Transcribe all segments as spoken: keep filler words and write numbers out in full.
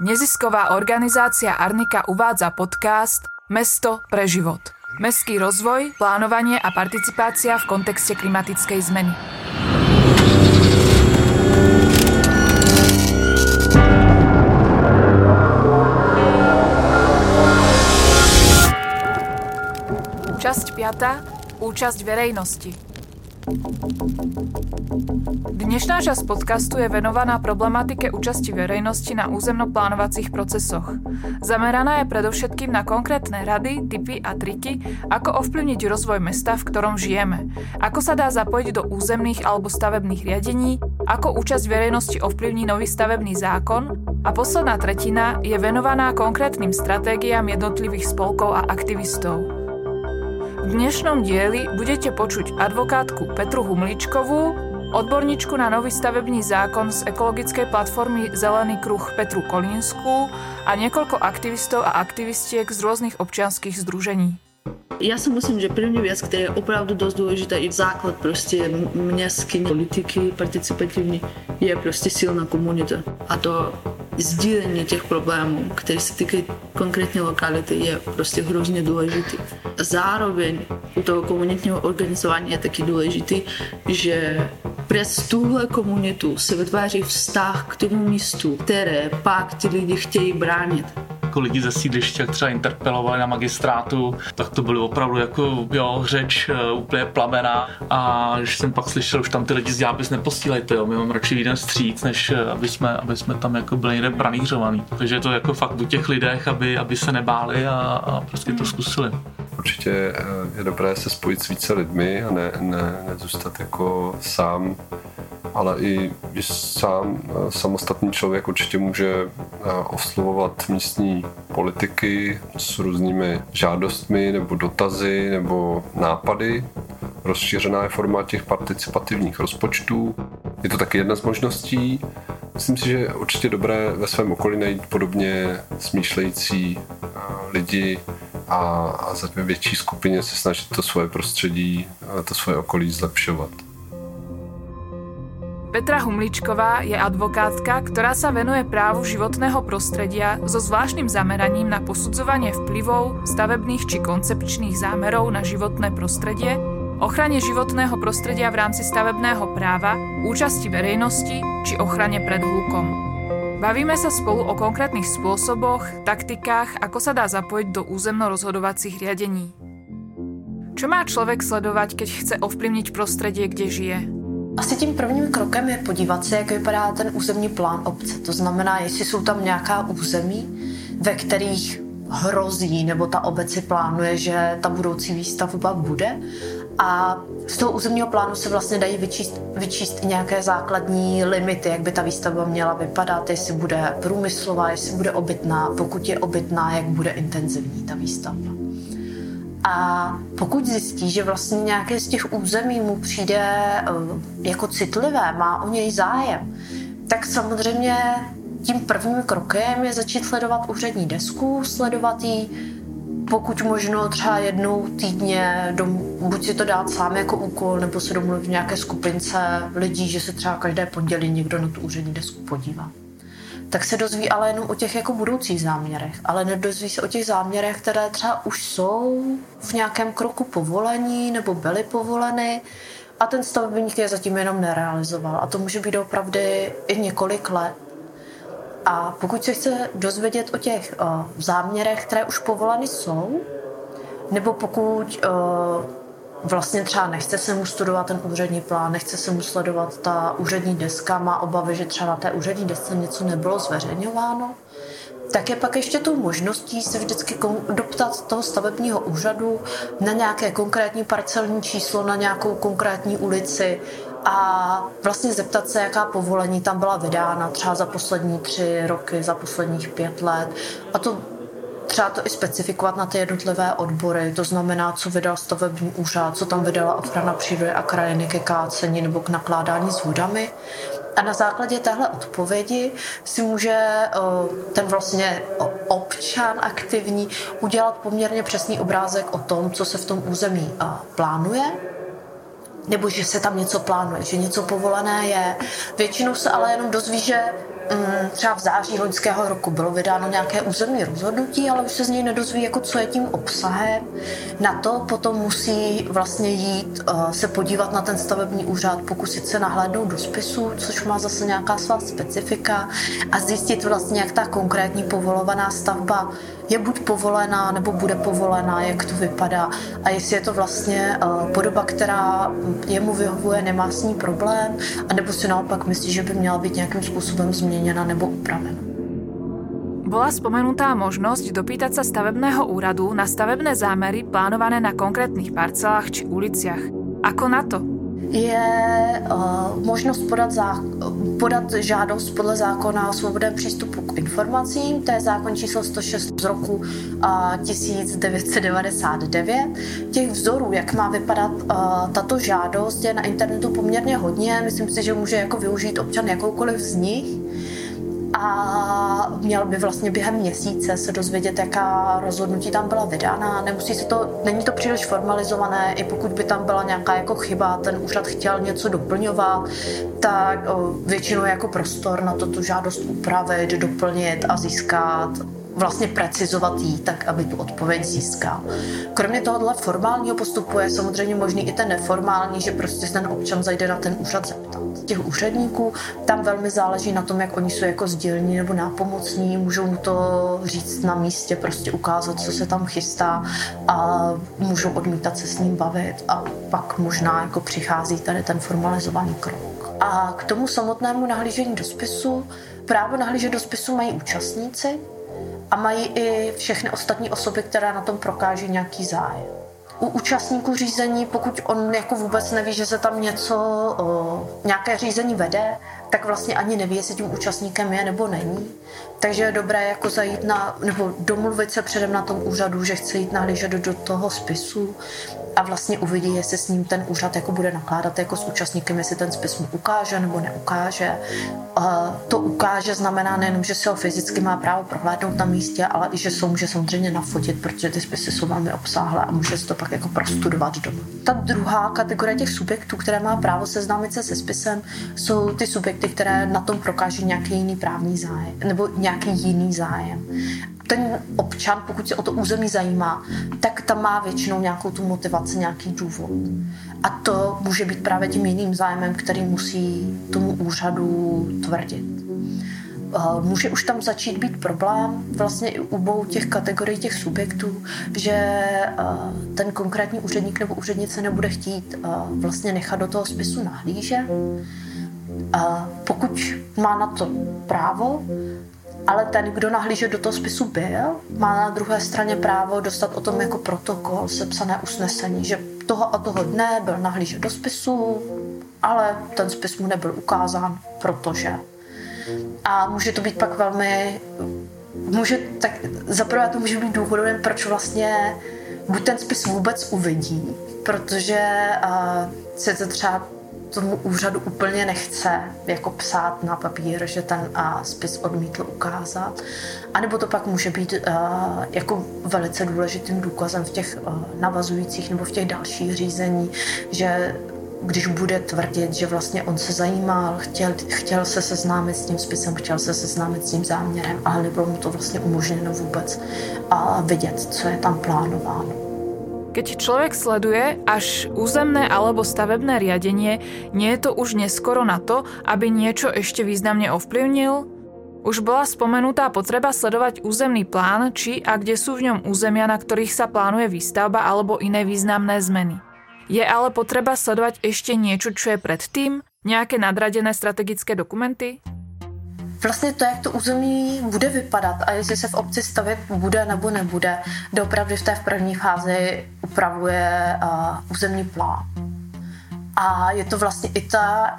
Nezisková organizácia Arnika uvádza podcast Mesto pre život. Mestský rozvoj, plánovanie a participácia v kontexte klimatickej zmeny. Časť piata. Účasť verejnosti. Dnešná časť podcastu je venovaná problematike účasti verejnosti na územno-plánovacích procesoch. Zameraná je predovšetkým na konkrétne rady, tipy a triky, ako ovplyvniť rozvoj mesta, v ktorom žijeme, ako sa dá zapojiť do územných alebo stavebných riadení, ako účasť verejnosti ovplyvní nový stavebný zákon a posledná tretina je venovaná konkrétnym stratégiám jednotlivých spolkov a aktivistov. V dnešnom dieli budete počuť advokátku Petru Humlíčkovú, odborníčku na nový stavební zákon z ekologickej platformy Zelený kruh Petru Kolínskú a niekoľko aktivistov a aktivistiek z rôznych občianskych združení. Já si myslím, že první věc, která je opravdu dost důležitá, i základ prostě městské politiky participativní, je prostě silná komunita. A to sdílení těch problémů, které se týkají konkrétní lokality, je prostě hrozně důležitý. Zároveň u toho komunitního organizování je taky důležitý, že přes tuhle komunitu se vytváří vztah k tomu místu, které pak ti lidi chtějí bránit. Jako lidi ze sídliště, jak třeba interpelovali na magistrátu, tak to bylo opravdu jako jo, řeč uh, úplně plamená. A když jsem pak slyšel, už tam ty lidi z Jábys neposílejte, jo, my mám radši výjden vstříc, než aby jsme, aby jsme tam jako byli někde branířovaný. Takže je to jako fakt o těch lidech, aby, aby se nebáli a, a prostě to zkusili. Určitě je dobré se spojit s více lidmi a ne, ne, nezůstat jako sám, ale i když sám samostatný člověk určitě může oslovovat místní politiky s různými žádostmi nebo dotazy nebo nápady. Rozšířená je forma těch participativních rozpočtů. Je to taky jedna z možností. Myslím si, že je určitě dobré ve svém okolí najít podobně smýšlející lidi a, a za větší skupině se snažit to svoje prostředí, to svoje okolí zlepšovat. Petra Humlíčková je advokátka, ktorá sa venuje právu životného prostredia so zvláštnym zameraním na posudzovanie vplyvov stavebných či koncepčných zámerov na životné prostredie, ochrane životného prostredia v rámci stavebného práva, účasti verejnosti či ochrane pred hlukom. Bavíme sa spolu o konkrétnych spôsoboch, taktikách, ako sa dá zapojiť do územno-rozhodovacích riadení. Čo má človek sledovať, keď chce ovplyvniť prostredie, kde žije? Asi tím prvním krokem je podívat se, jak vypadá ten územní plán obce. To znamená, jestli jsou tam nějaká území, ve kterých hrozí, nebo ta obec si plánuje, že ta budoucí výstavba bude. A z toho územního plánu se vlastně dají vyčíst, vyčíst i nějaké základní limity, jak by ta výstavba měla vypadat, jestli bude průmyslová, jestli bude obytná, pokud je obytná, jak bude intenzivní ta výstavba. A pokud zjistí, že vlastně nějaké z těch území mu přijde jako citlivé, má o něj zájem, tak samozřejmě tím prvním krokem je začít sledovat úřední desku, sledovat ji pokud možno třeba jednou týdně, buď si to dát sám jako úkol, nebo se domluvit v nějaké skupince lidí, že se třeba každé pondělí někdo na tu úřední desku podívá. Tak se dozví ale jenom o těch jako budoucích záměrech, ale nedozví se o těch záměrech, které třeba už jsou v nějakém kroku povolení nebo byly povoleny a ten stavebník je zatím jenom nerealizoval. A to může být opravdu i několik let. A pokud se chce dozvědět o těch uh, záměrech, které už povoleny jsou, nebo pokud uh, vlastně třeba nechce se mu studovat ten úřední plán, nechce se mu sledovat ta úřední deska, má obavy, že třeba na té úřední desce něco nebylo zveřejňováno, tak je pak ještě tou možností se vždycky doptat toho stavebního úřadu na nějaké konkrétní parcelní číslo, na nějakou konkrétní ulici a vlastně zeptat se, jaká povolení tam byla vydána třeba za poslední tři roky, za posledních pět let. A to třeba to i specifikovat na ty jednotlivé odbory, to znamená, co vydal stavební úřad, co tam vydala ochrana přírody a krajiny ke kácení nebo k nakládání s vodami. A na základě téhle odpovědi si může ten vlastně občan aktivní udělat poměrně přesný obrázek o tom, co se v tom území plánuje, nebo že se tam něco plánuje, že něco povolené je. Většinou se ale jenom dozví, že třeba v září loňského roku bylo vydáno nějaké územní rozhodnutí, ale už se z něj nedozví, jako co je tím obsahem. Na to potom musí vlastně jít uh, se podívat na ten stavební úřad, pokusit se nahlédnout do spisu, což má zase nějaká svá specifika a zjistit vlastně, jak ta konkrétní povolovaná stavba je buď povolená, nebo bude povolená, jak to vypadá a jestli je to vlastně uh, podoba, která jemu vyhovuje, nemá s ní problém, anebo si naopak myslí, že by měla být nějakým způsobem změněna nebo upravena. Bola spomenutá možnosť dopýtať sa stavebného úradu na stavebné zámery plánované na konkrétnych parcelách či uliciach. Ako na to? Je uh, možnost podat, zá, podat žádost podle zákona o svobodném přístupu k informacím, to je zákon číslo sto šest z roku uh, tisíc devět set devadesát devět. Těch vzorů, jak má vypadat uh, tato žádost, je na internetu poměrně hodně. Myslím si, že může jako využít občan jakoukoliv z nich. A měl by vlastně během měsíce se dozvědět, jaká rozhodnutí tam byla vydána. Nemusí se to, není to příliš formalizované, i pokud by tam byla nějaká jako chyba, ten úřad chtěl něco doplňovat, tak o, většinou jako prostor na to tu žádost upravit, doplnit a získat, vlastně precizovat jí, tak aby tu odpověď získal. Kromě tohohle formálního postupu je samozřejmě možný i ten neformální, že prostě ten občan zajde na ten úřad zeptat. Těch úředníků tam velmi záleží na tom, jak oni jsou jako sdílní nebo nápomocní, můžou mu to říct na místě, prostě ukázat, co se tam chystá a můžou odmítat se s ním bavit a pak možná jako přichází tady ten formalizovaný krok. A k tomu samotnému nahlížení do spisu, právo nahlížet do spisu mají účastníci, a mají i všechny ostatní osoby, které na tom prokáží nějaký zájem. U účastníků řízení, pokud on jako vůbec neví, že se tam něco, o, nějaké řízení vede, tak vlastně ani neví, jestli tím účastníkem je nebo není. Takže je dobré jako zajít na, nebo domluvit se předem na tom úřadu, že chce jít nahlížet do toho spisu a vlastně uvidí, jestli s ním ten úřad jako bude nakládat jako s účastníkem, jestli ten spis mu ukáže nebo neukáže. A to ukáže znamená nejenom, že se ho fyzicky má právo prohlédnout na místě, ale i, že se může samozřejmě nafotit, protože ty spisy jsou velmi obsáhlé a může se to pak jako prostudovat doma. Ta druhá kategorie těch subjektů, které má právo seznámit se se spisem, jsou ty subjekty, které na tom prokáží nějaký jiný právní zájem nebo nějaký jiný zájem. Ten občan, pokud se o to území zajímá, tak tam má většinou nějakou tu motivaci, nějaký důvod. A to může být právě tím jiným zájmem, který musí tomu úřadu tvrdit. Může už tam začít být problém vlastně i u obou těch kategorií těch subjektů, že ten konkrétní úředník nebo úřednice nebude chtít vlastně nechat do toho spisu nahlížet. Pokud má na to právo, ale ten, kdo nahlíže do toho spisu byl, má na druhé straně právo dostat o tom jako protokol, sepsané usnesení, že toho a toho dne byl nahlížet do spisu, ale ten spis mu nebyl ukázán, protože. A může to být pak velmi, může, tak zaprvé to může být důvodem, proč vlastně buď ten spis vůbec uvidí, protože uh, se to třeba tomu úřadu úplně nechce jako psát na papír, že ten a, spis odmítl ukázat. A nebo to pak může být a, jako velice důležitým důkazem v těch a, navazujících nebo v těch dalších řízení, že když bude tvrdit, že vlastně on se zajímal, chtěl, chtěl se seznámit s tím spisem, chtěl se seznámit s tím záměrem, ale nebylo mu to vlastně umožněno vůbec a vidět, co je tam plánováno. Keď človek sleduje až územné alebo stavebné riadenie, nie je to už neskoro na to, aby niečo ešte významne ovplyvnil? Už bola spomenutá potreba sledovať územný plán, či a kde sú v ňom územia, na ktorých sa plánuje výstavba alebo iné významné zmeny. Je ale potreba sledovať ešte niečo, čo je predtým? Nejaké nadradené strategické dokumenty? Vlastně to, jak to území bude vypadat a jestli se v obci stavět bude nebo nebude, doopravdy v té v první fázi upravuje uh, územní plán. A je to vlastně i ta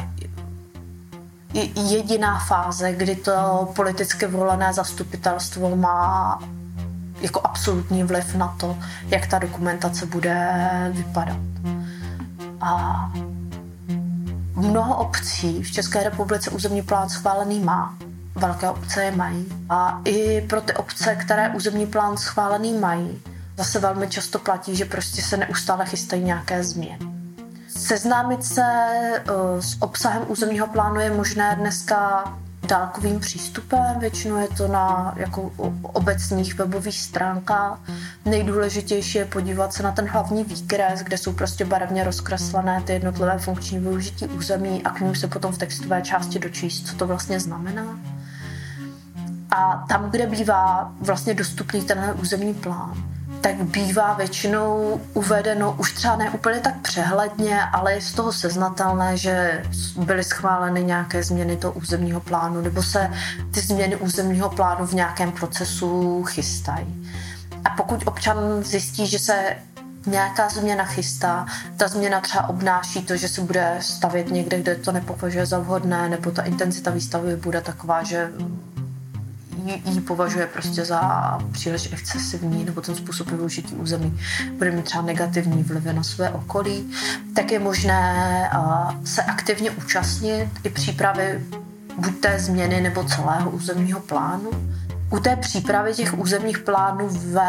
jediná fáze, kdy to politicky volené zastupitelstvo má jako absolutní vliv na to, jak ta dokumentace bude vypadat. A mnoho obcí v České republice územní plán schválený má. Velké obce je mají. A i pro ty obce, které územní plán schválený mají, zase velmi často platí, že prostě se neustále chystají nějaké změny. Seznámit se uh, s obsahem územního plánu je možné dneska dálkovým přístupem, většinou je to na jako obecných webových stránkách. Nejdůležitější je podívat se na ten hlavní výkres, kde jsou prostě barevně rozkreslené ty jednotlivé funkční využití území a k ním se potom v textové části dočíst, co to vlastně znamená. A tam, kde bývá vlastně dostupný tenhle územní plán, tak bývá většinou uvedeno už třeba ne úplně tak přehledně, ale je z toho seznatelné, že byly schváleny nějaké změny toho územního plánu nebo se ty změny územního plánu v nějakém procesu chystají. A pokud občan zjistí, že se nějaká změna chystá, ta změna třeba obnáší to, že se bude stavět někde, kde to nepovažuje za vhodné, nebo ta intenzita výstavby bude taková, že ji považuje prostě za příliš excesivní, nebo ten způsob využití území bude mít třeba negativní vlivy na své okolí, tak je možné se aktivně účastnit i přípravy buď té změny nebo celého územního plánu. U té přípravy těch územních plánů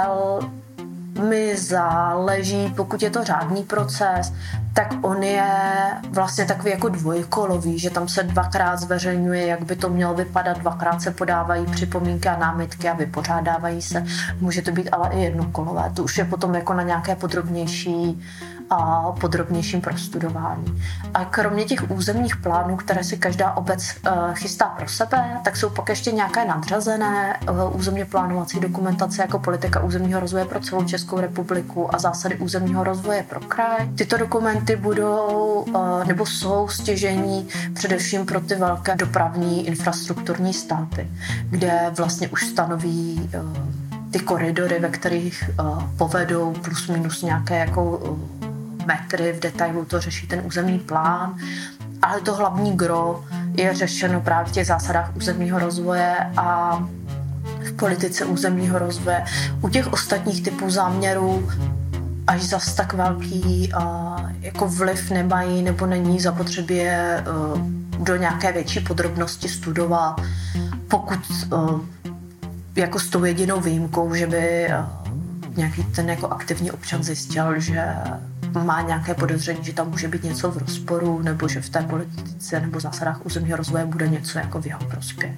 velmi záleží, pokud je to řádný proces, tak on je vlastně takový jako dvojkolový, že tam se dvakrát zveřejňuje, jak by to mělo vypadat, dvakrát se podávají připomínky a námitky a vypořádávají se. Může to být ale i jednokolové. To už je potom jako na nějaké podrobnější a podrobnějším prostudování. A kromě těch územních plánů, které si každá obec uh, chystá pro sebe, tak jsou pak ještě nějaké nadřazené uh, územně plánovací dokumentace jako politika územního rozvoje pro celou Českou republiku a zásady územního rozvoje pro kraj. Tyto dokumenty budou uh, nebo jsou stěžení především pro ty velké dopravní infrastrukturní stavby, kde vlastně už stanoví uh, ty koridory, ve kterých uh, povedou plus minus nějaké jako uh, metry, v detailu to řeší ten územní plán, ale to hlavní gro je řešeno právě v těch zásadách územního rozvoje a v politice územního rozvoje. U těch ostatních typů záměrů až zas tak velký uh, jako vliv nemají nebo není zapotřebí je uh, do nějaké větší podrobnosti studovat, pokud uh, jako s tou jedinou výjimkou, že by uh, nějaký ten jako aktivní občan zjistil, že má nějaké podezření, že tam může být něco v rozporu nebo že v té politice nebo zásadách územního rozvoje bude něco jako v jeho prospěch.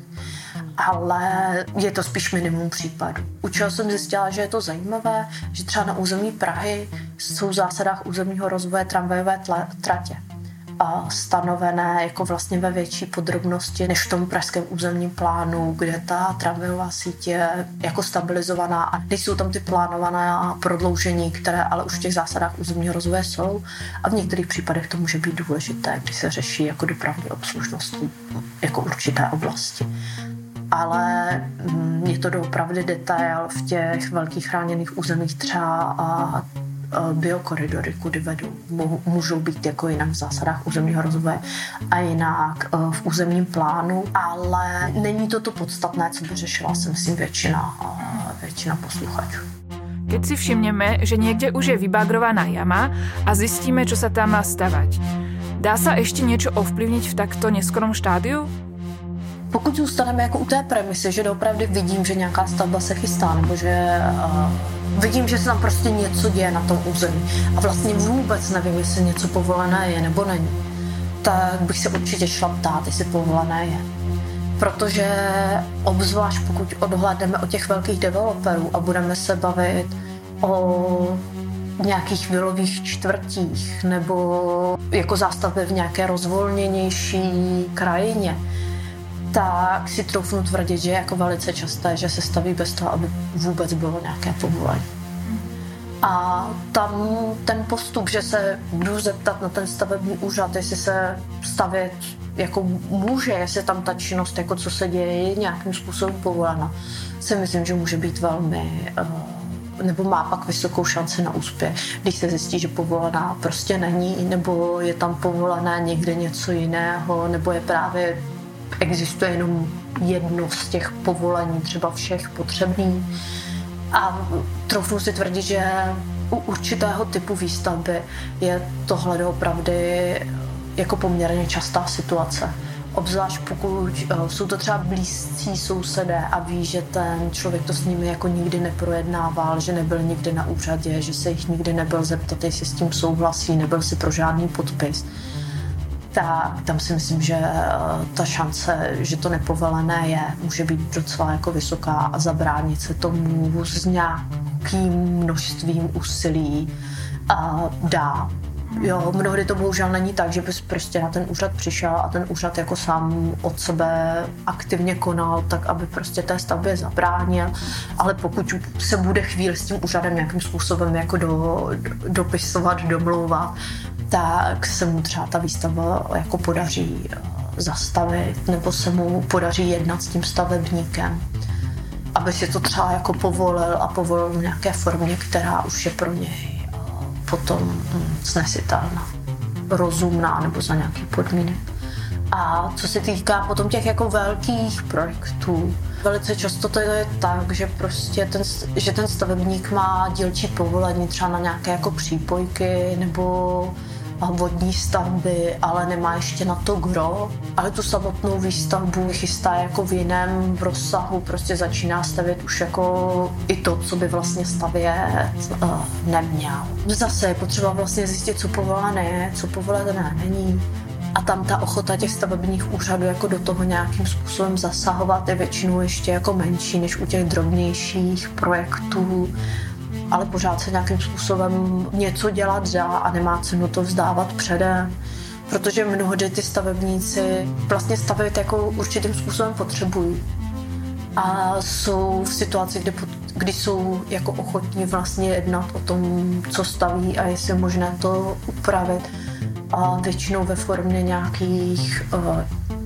Ale je to spíš minimum případů. U čeho jsem zjistila, že je to zajímavé, že třeba na území Prahy jsou v zásadách územního rozvoje tramvajové tratě a stanovené jako vlastně ve větší podrobnosti než v tom pražském územním plánu, kde ta tramvajová síť je jako stabilizovaná a nejsou tam ty plánované prodloužení, které ale už v těch zásadách územního rozvoje jsou a v některých případech to může být důležité, když se řeší jako dopravní obslužnost jako určité oblasti. Ale je to doopravdy detail v těch velkých chráněných územích třeba a biokoridory, kudy vedou, můžou být jako jinak v zásadách územního rozvoje a jinak v územním plánu, ale není to to podstatné, co by řešila si myslím většina, většina posluchačů. Keď si všimneme, že niekde už je vybagrovaná jama a zistíme, čo sa tam má stavať, dá sa ešte niečo ovplyvniť v takto neskorom štádiu? Pokud zůstaneme jako u té premisy, že opravdu vidím, že nějaká stavba se chystá, nebo že uh, vidím, že se tam prostě něco děje na tom území a vlastně vůbec nevím, jestli něco povolené je nebo není, tak bych se určitě šla ptát, jestli povolené je. Protože obzvlášť pokud odhlédneme od těch velkých developerů a budeme se bavit o nějakých vilových čtvrtích nebo jako zástavby v nějaké rozvolněnější krajině, tak si troufnu tvrdit, že je jako velice časté, že se staví bez toho, aby vůbec bylo nějaké povolení. A tam ten postup, že se jdu zeptat na ten stavební úřad, jestli se stavět jako může, jestli tam ta činnost, jako co se děje, je nějakým způsobem povolena, si myslím, že může být velmi, nebo má pak vysokou šanci na úspěch, když se zjistí, že povolená prostě není, nebo je tam povolené někde něco jiného, nebo je právě existuje jenom jedno z těch povolení, třeba všech potřebných. A troufnu si tvrdit, že u určitého typu výstavby je tohle doopravdy jako poměrně častá situace. Obzvlášť pokud jsou to třeba blízcí sousedé a ví, že ten člověk to s nimi jako nikdy neprojednával, že nebyl nikdy na úřadě, že se jich nikdy nebyl zeptat, jestli s tím souhlasí, nebyl si pro žádný podpis, tak tam si myslím, že ta šance, že to nepovolené je, může být docela jako vysoká a zabránit se tomu s nějakým množstvím úsilí a dá. Jo, mnohdy to bohužel není tak, že bys prostě na ten úřad přišel a ten úřad jako sám od sebe aktivně konal, tak aby prostě té stavbě zabránil, ale pokud se bude chvíli s tím úřadem nějakým způsobem jako do, dopisovat, domlouvat, tak se mu třeba ta výstava jako podaří zastavit nebo se mu podaří jednat s tím stavebníkem, aby si to třeba jako povolil a povolil v nějaké formě, která už je pro něj potom snesitelná, rozumná nebo za nějaký podmínek. A co se týká potom těch jako velkých projektů, velice často to je tak, že prostě ten, že ten stavebník má dílčí povolení třeba na nějaké jako přípojky nebo vodní stavby, ale nemá ještě na to gro, ale tu samotnou výstavbu chystá jako v jiném rozsahu, prostě začíná stavět už jako i to, co by vlastně stavět uh, neměl. Zase je potřeba vlastně zjistit, co povolené je, co povolené není. A tam ta ochota těch stavebních úřadů jako do toho nějakým způsobem zasahovat je většinou ještě jako menší než u těch drobnějších projektů, ale pořád se nějakým způsobem něco dělat dá a nemá cenu to vzdávat předem, protože mnohdy ty stavebníci vlastně stavět jako určitým způsobem potřebují. A jsou v situaci, kdy, kdy jsou jako ochotní vlastně jednat o tom, co staví a jestli je možné to upravit. A většinou ve formě nějakých uh,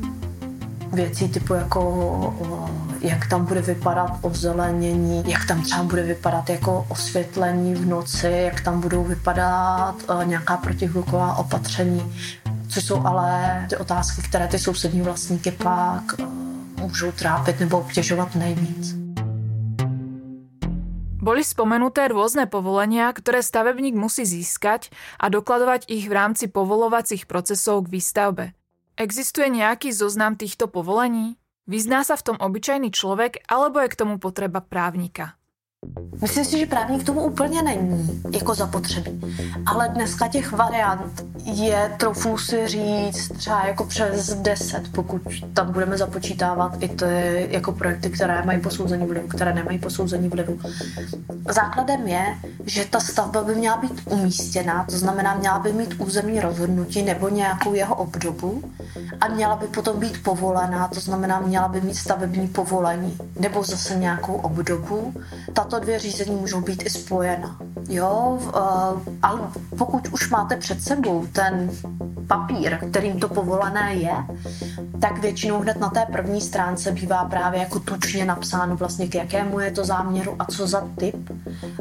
věcí typu jako uh, jak tam bude vypadat ozelenění, jak tam třeba bude vypadat jako osvětlení v noci, jak tam budou vypadat uh, nějaká protihluková opatření, což jsou ale ty otázky, které ty sousední vlastníky pak uh, můžou trápit nebo obtěžovat nejvíc. Boli spomenuté rôzne povolenia, ktoré stavebník musí získať a dokladovať ich v rámci povolovacích procesov k výstavbe. Existuje nejaký zoznam týchto povolení? Vyzná sa v tom obyčajný človek, alebo je k tomu potreba právnika? Myslím si, že právník k tomu úplně není jako zapotřebí. Ale dneska těch variant je, troufnu si říct, třeba jako přes deset, pokud tam budeme započítávat i ty jako projekty, které mají posouzení vlivu, které nemají posouzení vlivu. Základem je, že ta stavba by měla být umístěná, to znamená, měla by mít územní rozhodnutí nebo nějakou jeho obdobu a měla by potom být povolená, to znamená, měla by mít stavební povolení nebo zase nějakou obdobu. Tato dvě řízení můžou být i spojena. Jo, uh, ale pokud už máte před sebou ten papír, kterým to povolené je, tak většinou hned na té první stránce bývá právě jako tučně napsáno vlastně k jakému je to záměru a co za typ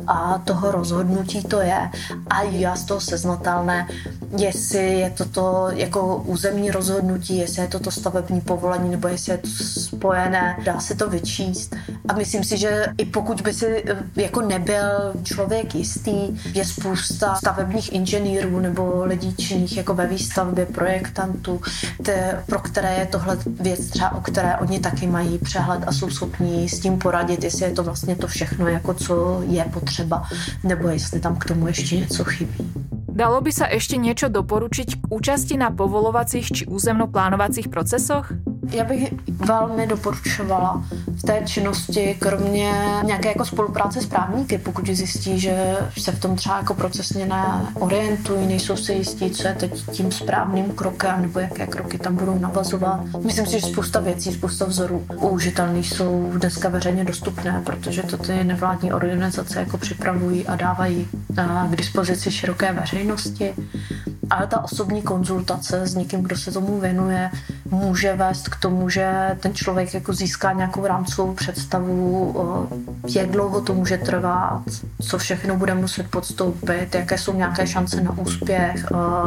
a toho rozhodnutí to je. A já z toho seznatelné, jestli je toto jako územní rozhodnutí, jestli je toto stavební povolení nebo jestli je to spojené, dá se to vyčíst. A myslím si, že i pokud by si jako nebyl člověk jistý, je spousta stavebních inženýrů nebo lidí činných jako ve výstavbě, projektantů, te, pro které je tohle věc třeba, o které oni taky mají přehled a jsou schopní s tím poradit, jestli je to vlastně to všechno, jako co je potřeba, nebo jestli tam k tomu ještě něco chybí. Dalo by sa ešte niečo doporučiť k účasti na povolovacích či územnoplánovacích procesoch? Já bych velmi doporučovala v té činnosti, kromě nějaké jako spolupráce s právníky, pokud zjistí, že se v tom třeba jako procesně neorientují, nejsou si jistí, co je teď tím správným krokem, nebo jaké kroky tam budou navazovat. Myslím si, že spousta věcí, spousta vzorů užitelných jsou dneska veřejně dostupné, protože to ty nevládní organizace jako připravují a dávají k dispozici široké veřejnosti. Ale ta osobní konzultace s někým, kdo se tomu věnuje, může vést k tomu, že ten člověk jako získá nějakou rámcovou představu, jak dlouho to může trvat, co všechno bude muset podstoupit, jaké jsou nějaké šance na úspěch,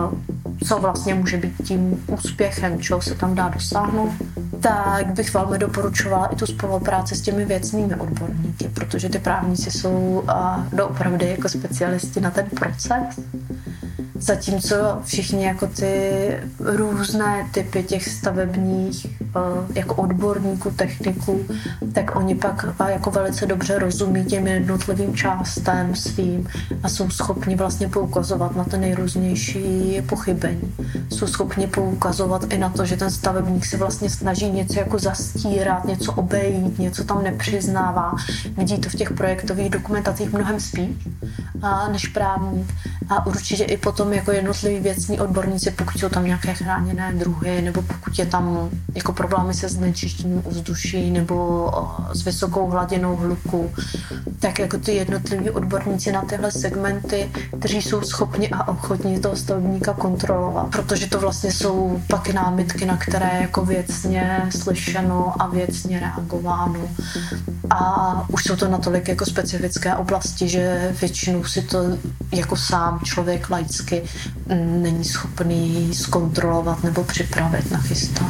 co vlastně může být tím úspěchem, čeho se tam dá dosáhnout. Tak bych velmi doporučovala i tu spolupráci s těmi věcnými odborníky, protože ty právníci jsou doopravdy jako specialisti na ten proces. Zatímco všichni jako ty různé typy těch stavebních jako odborníků, techniků, tak oni pak jako velice dobře rozumí těm jednotlivým částem svým a jsou schopni vlastně poukazovat na ty nejrůznější pochybení. Jsou schopni poukazovat i na to, že ten stavebník se vlastně snaží něco jako zastírat, něco obejít, něco tam nepřiznává. Vidí to v těch projektových dokumentacích mnohem spíš než právník. A určitě i potom jako jednotliví věcní odborníci, pokud jsou tam nějaké chráněné druhy, nebo pokud je tam jako problémy se znečištěním ovzduší nebo s vysokou hladinou hluku, tak jako ty jednotliví odborníci na tyhle segmenty, kteří jsou schopni a ochotní toho stavebníka kontrolovat, protože to vlastně jsou pak námitky, na které jako věcně slyšeno a věcně reagováno. A už jsou to natolik jako specifické oblasti, že většinou si to jako sám člověk laicky není schopný zkontrolovat nebo připravit, nachystat.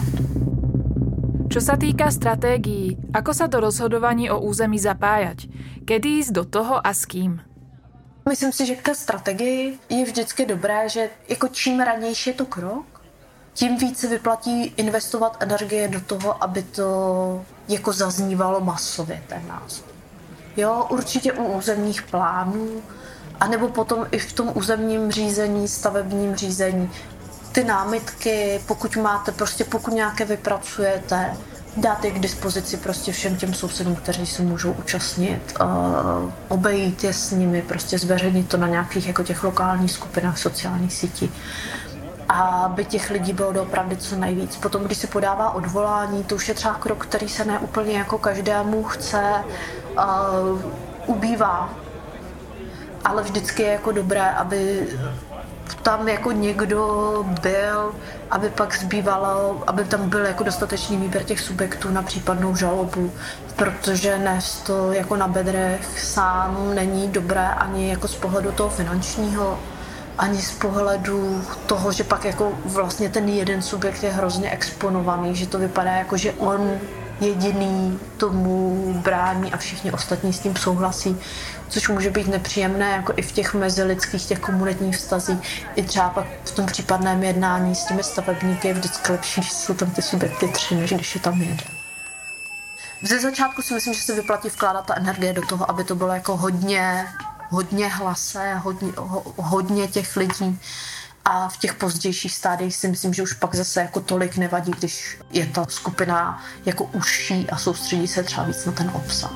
Čo sa týka stratégií, ako sa do rozhodovaní o území zapájať? Kedy ísť do toho a s kým? Myslím si, že k té strategii je vždycky dobré, že jako čím ranější je to krok, tím víc se vyplatí investovat energie do toho, aby to jako zaznívalo masově ten název. Jo, určitě u územních plánů, anebo potom i v tom územním řízení, stavebním řízení. Ty námitky, pokud máte, prostě pokud nějaké vypracujete, dáte je k dispozici prostě všem těm sousedům, kteří se můžou účastnit, uh, obejít je s nimi, prostě zveřejnit to na nějakých jako těch lokálních skupinách sociálních sítí. A aby těch lidí bylo doopravdy co nejvíc. Potom, když se podává odvolání, to už je třeba krok, který se ne úplně jako každému chce, uh, ubývá. Ale vždycky je jako dobré, aby tam jako někdo byl, aby pak zbývalo, aby tam byl jako dostatečný výběr těch subjektů na případnou žalobu, protože nést to jako na bedrech sám není dobré ani jako z pohledu toho finančního, ani z pohledu toho, že pak jako vlastně ten jeden subjekt je hrozně exponovaný, že to vypadá jako, že on jediný tomu brání a všichni ostatní s tím souhlasí, což může být nepříjemné jako i v těch mezilidských, těch komunitních vztazích. I třeba pak v tom případném jednání s těmi stavebníky je vždycky lepší, že jsou tam ty subjekty tři, než když je tam jeden. Ze začátku si myslím, že se vyplatí vkládat ta energie do toho, aby to bylo jako hodně, hodně hlasé, hodně, ho, hodně těch lidí. A v těch pozdějších stádiích si myslím, že už pak zase jako tolik nevadí, když je ta skupina jako užší a soustředí se třeba víc na ten obsah.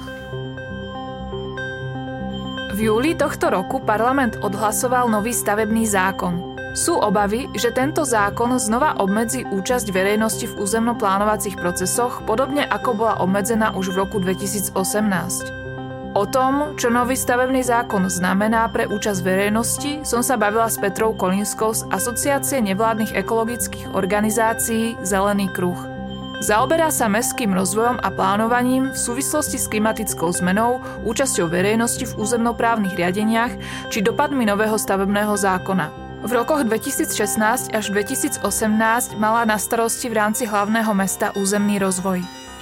V júli tohto roku parlament odhlasoval nový stavebný zákon. Sú obavy, že tento zákon znova obmedzí účasť verejnosti v územno-plánovacích procesoch, podobne ako bola obmedzená už v roku dvetisícosemnásť. O tom, čo nový stavebný zákon znamená pre účasť verejnosti, som sa bavila s Petrou Kolínskou z Asociácie nevládnych ekologických organizácií Zelený kruh. Zaoberá sa mestským rozvojom a plánovaním v súvislosti s klimatickou zmenou, účasťou verejnosti v územnoprávnych riadeniach či dopadmi nového stavebného zákona. V rokoch dvetisícšestnásť až dvetisícosemnásť mala na starosti v rámci hlavného mesta územný rozvoj.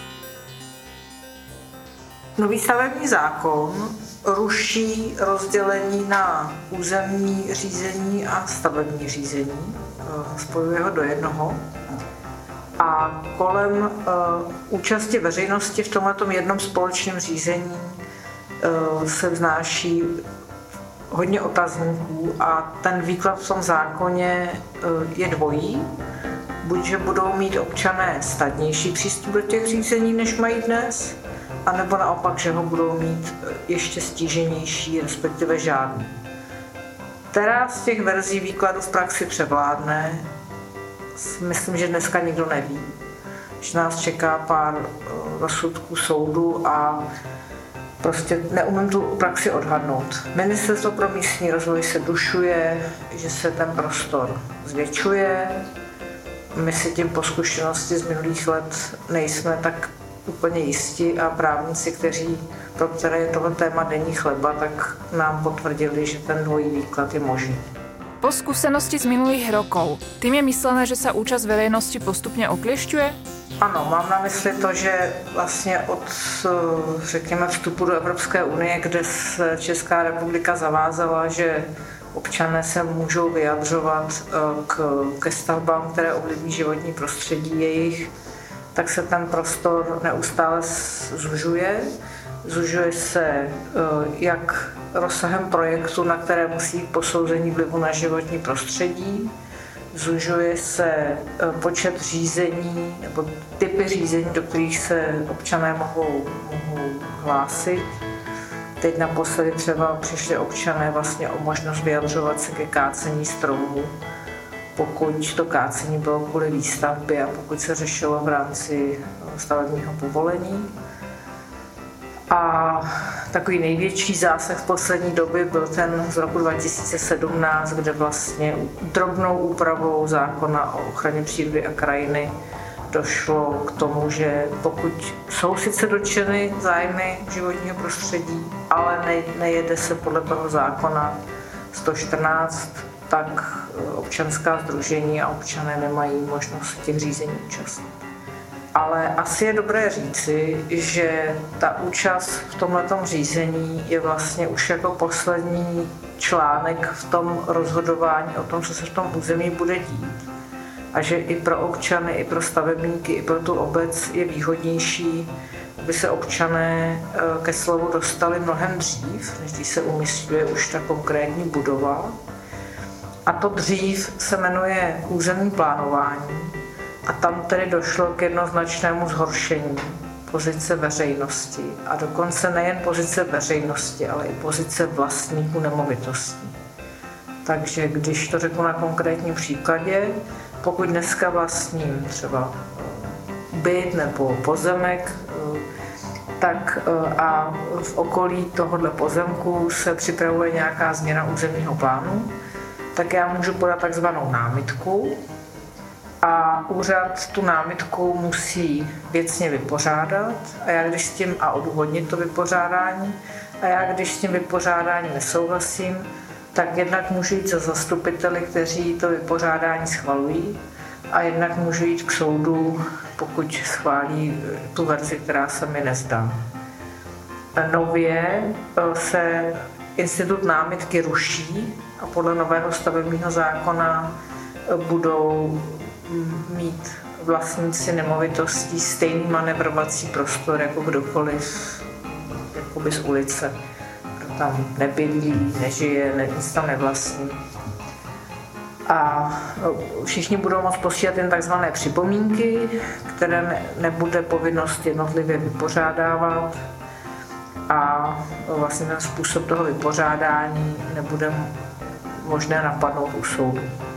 Nový stavební zákon ruší rozdělení na územní řízení a stavební řízení, spojuje ho do jednoho. A kolem uh, účasti veřejnosti v tomhletom jednom společném řízení uh, se vznáší hodně otazníků a ten výklad v tom zákoně uh, je dvojí. Buď, že budou mít občané snadnější přístup do těch řízení, než mají dnes, anebo naopak, že ho budou mít ještě stíženější, respektive žádný. Která z těch verzí výkladu v praxi převládne, myslím, že dneska nikdo neví. Že nás čeká pár rozsudků soudu a prostě neumím tu praxi odhadnout. Ministerstvo pro místní rozvoj se dušuje, že se ten prostor zvětšuje. My si tím po zkušenosti z minulých let nejsme tak úplně jistí a právníci, kteří, pro které je tohle téma denní chleba, tak nám potvrdili, že ten dvojí výklad je možný. Po skúsenosti z minulých rokov, tým je myslené, že sa účasť verejnosti postupne okliešťuje? Ano, mám na mysli to, že vlastně od, řekněme, vstupu do Evropské unie, kde se Česká republika zavázala, že občané se můžou vyjadřovat k, ke stavbám, které ovlivní životní prostředí jejich, tak se ten prostor neustále zužuje. Zužuje se jak rozsahem projektu, na které musí posouzení vlivu na životní prostředí, zužuje se počet řízení nebo typy řízení, do kterých se občané mohou, mohou hlásit. Teď naposledy třeba přišli občané vlastně o možnost vyjadřovat se ke kácení stromů, pokud to kácení bylo kvůli výstavbě a pokud se řešilo v rámci stavebního povolení. A takový největší zásah v poslední době byl ten z roku dva tisíce sedmnáct, kde vlastně drobnou úpravou zákona o ochraně přírody a krajiny došlo k tomu, že pokud jsou sice dotčeny zájmy životního prostředí, ale ne, nejede se podle toho zákona sto čtrnáct, tak občanská sdružení a občané nemají možnost těch řízení účastnit. Ale asi je dobré říci, že ta účast v tomhletom řízení je vlastně už jako poslední článek v tom rozhodování o tom, co se v tom území bude dít. A že i pro občany, i pro stavebníky, i pro tu obec je výhodnější, aby se občané ke slovu dostali mnohem dřív, než když se umísťuje už ta konkrétní budova. A to dřív se jmenuje územní plánování. A tam tedy došlo k jednoznačnému zhoršení pozice veřejnosti. A dokonce nejen pozice veřejnosti, ale i pozice vlastníků nemovitostí. Takže když to řeknu na konkrétním příkladě, pokud dneska vlastním třeba byt nebo pozemek, tak a v okolí tohohle pozemku se připravuje nějaká změna územního plánu, tak já můžu podat takzvanou námitku a úřad tu námitku musí věcně vypořádat a já když s tím a odůvodnit to vypořádání a já když s tím vypořádáním nesouhlasím, tak jednak můžu jít za zastupiteli, kteří to vypořádání schvalují a jednak můžu jít k soudu, pokud schválí tu verzi, která se mi nezdá. Nově se institut námitky ruší a podle nového stavebního zákona budou mít vlastníci nemovitostí stejný manevrovací prostor jako kdokoliv jakoby z ulice. Kdo tam nebydlí, nežije, ne, nic tam nevlastní. A všichni budou moct posílat jen takzvané připomínky, které ne, nebude povinnost jednotlivě vypořádávat a vlastně ten způsob toho vypořádání nebude možné napadnout u soudu.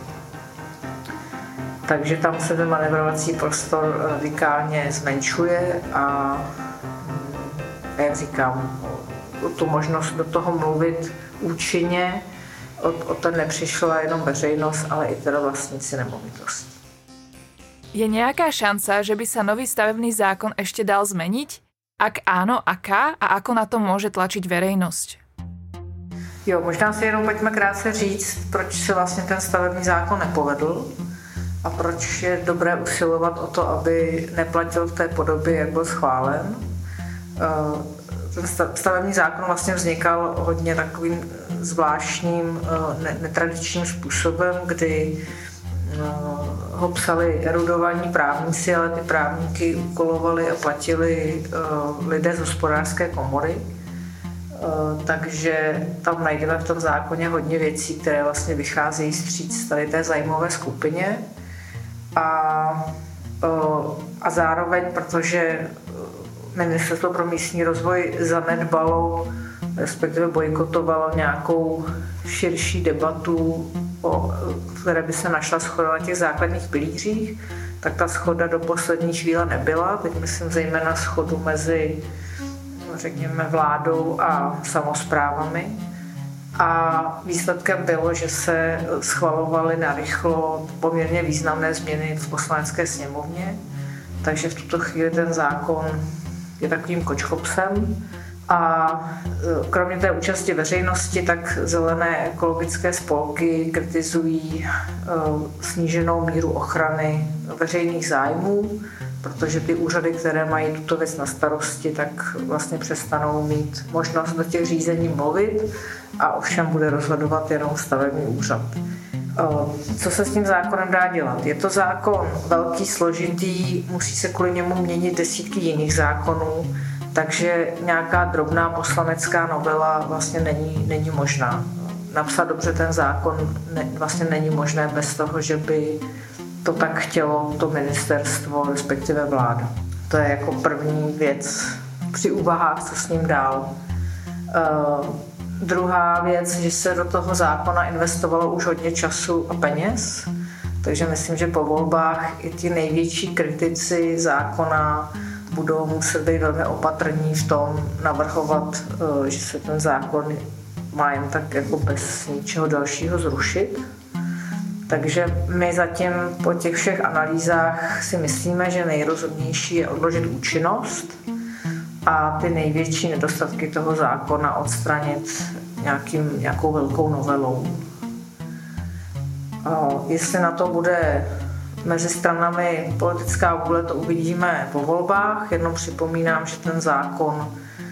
Takže tam se ten manevrovací prostor radikálně zmenšuje a, a jak říkám, tu možnost do toho mluvit účinně, o, o to nepřišla jenom veřejnost, ale i teda vlastníci nemovitostí. Je nějaká šanca, že by se nový stavebný zákon ještě dal zmeniť? Ak áno, aká a ako na to může tlačiť verejnosť? Jo, možná si jenom pojďme krátce říct, proč se vlastně ten stavební zákon nepovedl a proč je dobré usilovat o to, aby neplatil v té podobě, jak byl schválen. Ten stavební zákon vlastně vznikal hodně takovým zvláštním, netradičním způsobem, kdy ho psali erudovaní právníci, ale ty právníky úkolovali a platili lidé z hospodářské komory. Takže tam najdeme v tom zákoně hodně věcí, které vlastně vycházejí vstříc tady té zájmové skupině. A, a zároveň, protože Ministerstvo pro místní rozvoj zanedbalo, respektive bojkotovalo nějakou širší debatu, o, které by se našla shoda na těch základních pilířích, tak ta shoda do poslední chvíle nebyla. Teď myslím zejména shodu mezi, řekněme, vládou a samosprávami. A výsledkem bylo, že se schvalovaly narychlo poměrně významné změny v Poslanecké sněmovně, takže v tuto chvíli ten zákon je takovým kočkopsem. A kromě té účasti veřejnosti, tak zelené ekologické spolky kritizují sníženou míru ochrany veřejných zájmů, protože ty úřady, které mají tuto věc na starosti, tak vlastně přestanou mít možnost do těch řízení mluvit a ovšem bude rozhodovat jenom stavební úřad. Co se s tím zákonem dá dělat? Je to zákon velký, složitý, musí se kvůli němu měnit desítky jiných zákonů, takže nějaká drobná poslanecká novela vlastně není, není možná. Napsat dobře ten zákon ne, vlastně není možné bez toho, že by to tak chtělo to ministerstvo, respektive vláda. To je jako první věc při úvahách, co s ním dál. Uh, druhá věc, že se do toho zákona investovalo už hodně času a peněz, takže myslím, že po volbách i ti největší kritici zákona budou muset být velmi opatrní v tom navrhovat, uh, že se ten zákon má jen tak jako bez ničeho dalšího zrušit. Takže my zatím po těch všech analýzách si myslíme, že nejrozumnější je odložit účinnost a ty největší nedostatky toho zákona odstranit nějakým, nějakou velkou novelou. Jestli na to bude mezi stranami politická vůle, to uvidíme po volbách. Jenom připomínám, že ten zákon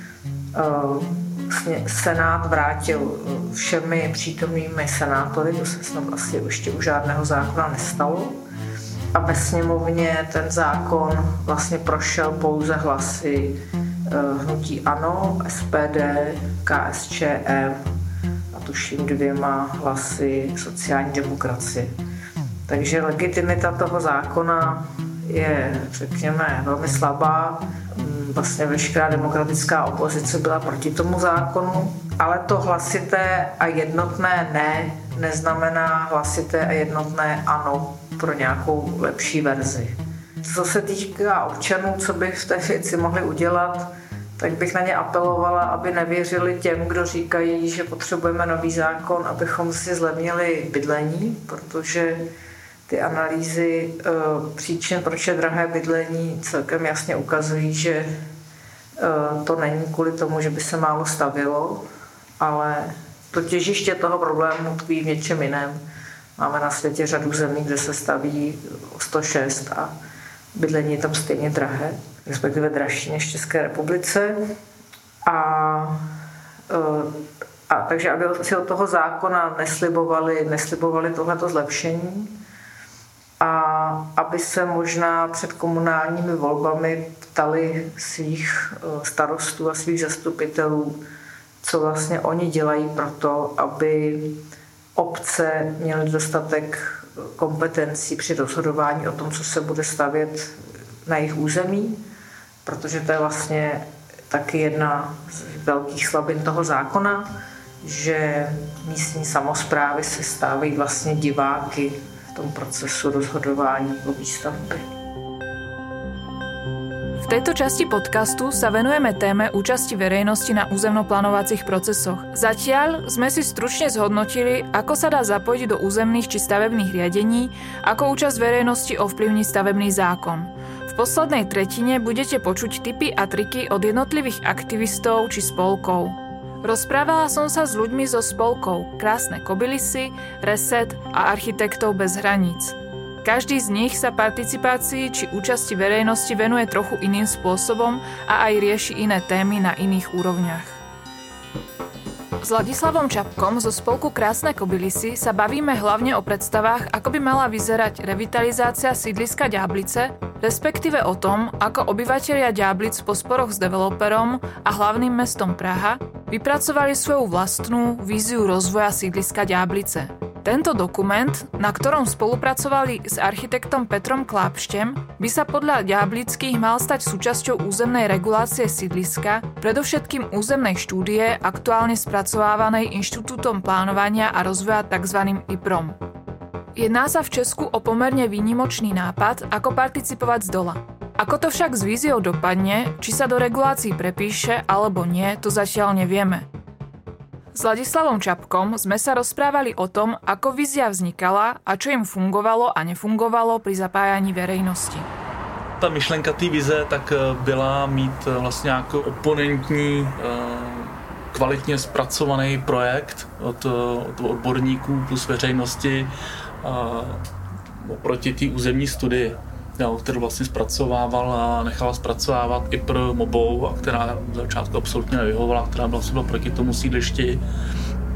Senát vrátil všemi přítomnými senátory, to se snad asi ještě u žádného zákona nestalo. A ve sněmovně ten zákon vlastně prošel pouze hlasy hnutí ANO, S P D, K S Č M a tuším dvěma hlasy sociální demokracie. Takže legitimita toho zákona je, řekněme, velmi slabá. Vlastně veškerá demokratická opozice byla proti tomu zákonu, ale to hlasité a jednotné ne neznamená hlasité a jednotné ano pro nějakou lepší verzi. Co se týká občanů, co by v té věci mohli udělat, tak bych na ně apelovala, aby nevěřili těm, kdo říkají, že potřebujeme nový zákon, abychom si zlevnili bydlení, protože ty analýzy uh, příčin, proč je drahé bydlení, celkem jasně ukazují, že uh, to není kvůli tomu, že by se málo stavělo, ale to těžiště toho problému tkví v něčem jiném. Máme na světě řadu zemí, kde se staví o sto šest a bydlení je tam stejně drahé, respektive dražší než v České republice. A, uh, a takže aby si od toho zákona neslibovali, neslibovali tohleto zlepšení, a aby se možná před komunálními volbami ptali svých starostů a svých zastupitelů, co vlastně oni dělají pro to, aby obce měly dostatek kompetencí při rozhodování o tom, co se bude stavět na jejich území, protože to je vlastně taky jedna z velkých slabin toho zákona, že místní samosprávy se stávají vlastně diváky v tom procesu rozhodování o výstavbě. V tejto časti podcastu sa venujeme téme účasti verejnosti na územnoplánovacích procesoch. Zatiaľ sme si stručne zhodnotili, ako sa dá zapojiť do územných či stavebných riadení, ako účasť verejnosti ovplyvní stavebný zákon. V poslednej tretine budete počuť tipy a triky od jednotlivých aktivistov či spolkov. Rozprávala som sa s ľuďmi zo spolkov Krásne Kobylisy, Reset a Architektov bez hraníc. Každý z nich sa participácii či účasti verejnosti venuje trochu iným spôsobom a aj rieši iné témy na iných úrovniach. S Ladislavom Čapkom zo spolku Krásne Kobylisy sa bavíme hlavne o predstavách, ako by mala vyzerať revitalizácia sídliska Ďáblice, respektíve o tom, ako obyvatelia Ďáblic po sporoch s developerom a hlavným mestom Praha vypracovali svoju vlastnú víziu rozvoja sídliska Ďáblice. Tento dokument, na ktorom spolupracovali s architektom Petrom Klápštem, by sa podľa Ďáblických mal stať súčasťou územnej regulácie sídliska, predovšetkým územnej štúdie aktuálne spracovávanej Inštitútom plánovania a rozvoja tzv. I P R O M. Jedná sa v Česku o pomerne výnimočný nápad, ako participovať z dola. Ako to však s víziou dopadne, či sa do regulácií prepíše alebo nie, to zatiaľ nevieme. S Ladislavom Čapkom sme sa rozprávali o tom, ako vízia vznikala a čo im fungovalo a nefungovalo pri zapájaní verejnosti. Ta myšlenka té vize tak byla mít vlastně jako oponentní, kvalitně zpracovaný projekt od, od odborníků plus veřejnosti oproti té územní studii, kterou vlastně zpracovával a nechal zpracovávat I P R Mobou, a která v začátku absolutně nevyhovovala, která byla třeba proti tomu sídlišti.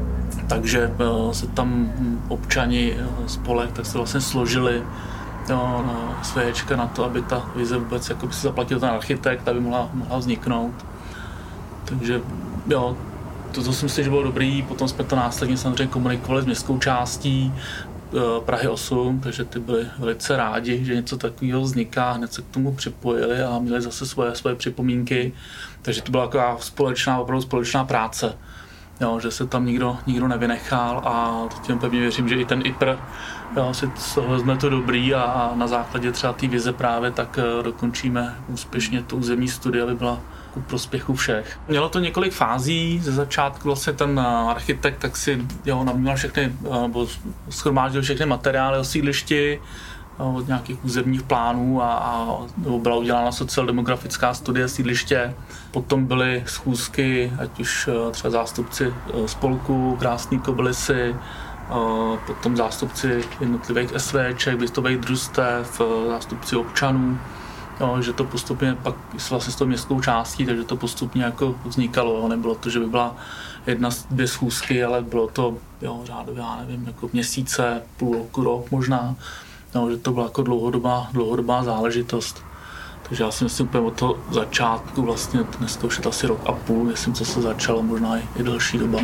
takže se tam občani spolek tak se vlastně složili jo, no, svěčka na to, aby ta vize vůbec jako by si zaplatil ten architekt, aby mohla, mohla vzniknout. Takže jo, to, to si myslím, že bylo dobrý, potom jsme to následně samozřejmě komunikovali s městskou částí Prahy osm, takže ty byli velice rádi, že něco takového vzniká, hned se k tomu připojili a měli zase svoje, svoje připomínky, takže to byla taková společná, opravdu společná práce. Jo, že se tam nikdo, nikdo nevynechal a tím pevně věřím, že i ten I P R jo, si z toho vezme to dobrý a, a na základě třeba té vize právě tak dokončíme úspěšně tu územní studii, aby byla ku prospěchu všech. Mělo to několik fází, ze začátku vlastně ten architekt tak si jo, naměl všechny, nebo shromáždil všechny materiály o sídlišti, od nějakých územních plánů a, a byla udělána sociodemografická studie sídliště. Potom byly schůzky, ať už třeba zástupci spolku, Krásný Kobylisy, potom zástupci jednotlivých SVček, bytových družstev, zástupci občanů, jo, že to postupně pak vlastně s tou městskou částí, takže to postupně jako vznikalo. Jo. Nebylo to, že by byla jedna, dvě schůzky, ale bylo to jo, řádově, já nevím, jako měsíce, půl roku, rok možná. No, že to byla jako dlouhodobá, dlouhodobá záležitost. Takže já si myslím úplně od toho začátku, vlastně dneska už je to asi rok a půl, myslím, co se začalo, možná i, i delší doba.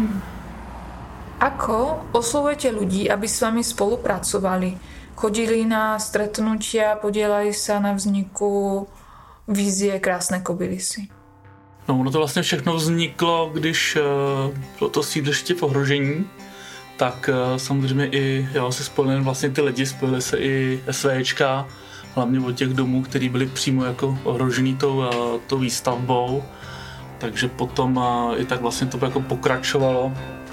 Ako oslovujete ľudí, aby s vami spolupracovali? Chodili na stretnutia, podielali sa na vzniku vízie Krásné Kobylisy? No, ono to vlastně všechno vzniklo, když bylo to sídliště v ohrožení, tak samozřejmě i jo, se spojili vlastně ty lidi, spojili se i SVčka, hlavně od těch domů, který byli přímo jako ohrožený tou, tou výstavbou. Takže potom i tak vlastně to jako pokračovalo.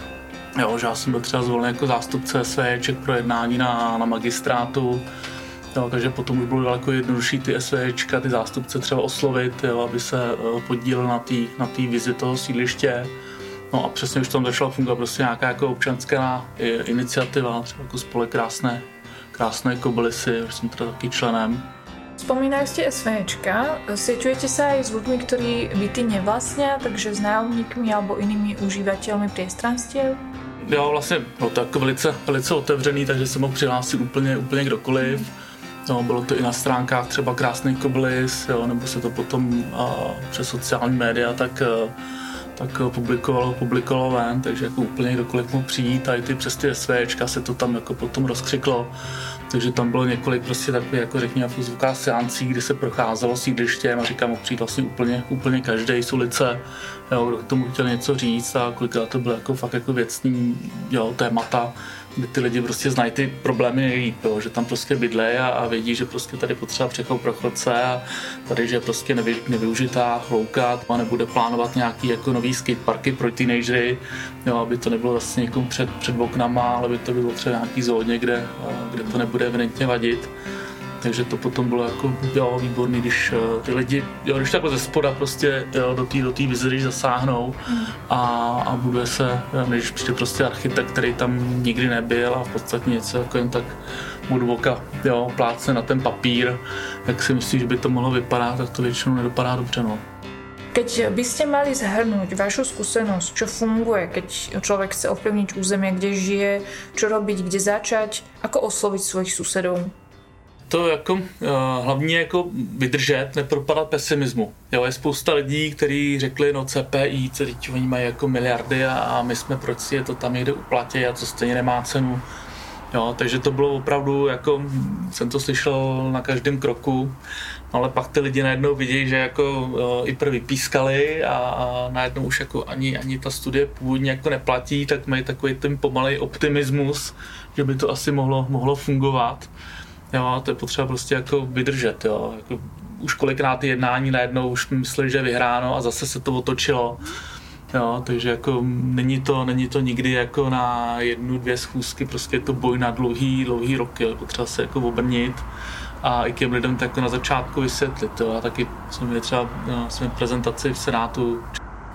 Jo, že já jsem byl třeba zvolen jako zástupce SVček pro jednání na, na magistrátu. Jo, takže potom už bylo daleko jednodušší ty SVčka, ty zástupce třeba oslovit, jo, aby se podíleli na té na té vizi toho sídliště. No a přesně už tam začala fungovat prostě nějaká jako občanská iniciativa, třeba jako spolek Krásné, Krásné Kobylisy, už jsem teda taky členem. Spomínali ste SVčka, sieťujete sa aj s ľuďmi, ktorí byty nevlastnia, takže s nájomníkmi alebo inými užívateľmi priestranstiev? Jo, vlastně bylo to jako velice, velice otevřený, takže se mohl přihlásit úplně, úplně kdokoliv. No, bylo to i na stránkách třeba Krásný Kobylys, jo, nebo se to potom a, přes sociální média tak tak publikovalo, publikovalo ven, takže jako úplně kdokoliv mohl přijít a i ty přes ty SVčka se to tam jako potom rozkřiklo. Takže tam bylo několik prostě takových, jako řekněme, fuzovká seancí, kdy se procházelo sídlištěm a říkám, mohl přijít vlastně úplně, úplně každý z ulice, jo, kdo k tomu chtěl něco říct a kolikrát to bylo jako fakt jako věcný jo, témata, kdy ty lidi prostě znají ty problémy nejlíp, jo, že tam prostě bydlejí a, a vědí, že prostě tady potřeba přechod pro chodce a tady, že je prostě nevy, nevyužitá louka a nebude plánovat nějaký jako nový skateparky pro teenagery, jo, aby to nebylo vlastně někomu před, před oknama, ale by to bylo třeba nějaký zóně, kde, kde to nebude evidentně vadit. Takže to potom bylo jako jo, výborný, když uh, ty lidi, jo, když takhle ze spoda prostě jo, do té do té vize, když zasáhnou a, a buduje se, když přijde prostě architekt, který tam nikdy nebyl a v podstatě něco jako jen tak od oka jo, plácne na ten papír, jak si myslíš, že by to mohlo vypadat, tak to většinou nedopadá dobře. No. Keď by ste mali zhrnúť vašu skúsenosť, čo funguje, keď človek chce ovplyvniť územie, kde žije, čo robiť, kde začať, ako osloviť svojich susedov? To jako uh, hlavně jako vydržet, nepropadat pesimismu. Jo, je spousta lidí, kteří řekli, no C P I, co teď oni mají jako miliardy a, a my jsme proč si je to tam někde uplatí a co stejně nemá cenu. Jo, takže to bylo opravdu, jako jsem to slyšel na každém kroku, no, ale pak ty lidi najednou vidějí, že jako uh, I P R vypískali a, a najednou už jako ani, ani ta studie původně jako neplatí, tak mají takový ten pomalej optimismus, že by to asi mohlo, mohlo fungovat. Jo, to je potřeba prostě jako vydržet, jo. Jako už kolikrát jednání najednou už mysleli, že je vyhráno a zase se to otočilo. Jo, takže jako není to, není to nikdy jako na jednu, dvě schůzky, prostě je to boj na dlouhý, dlouhý roky, jo. Potřeba se jako obrnit a i těm lidem to jako na začátku vysvětlit, jo. A taky jsme měli třeba no, jsme prezentaci v Senátu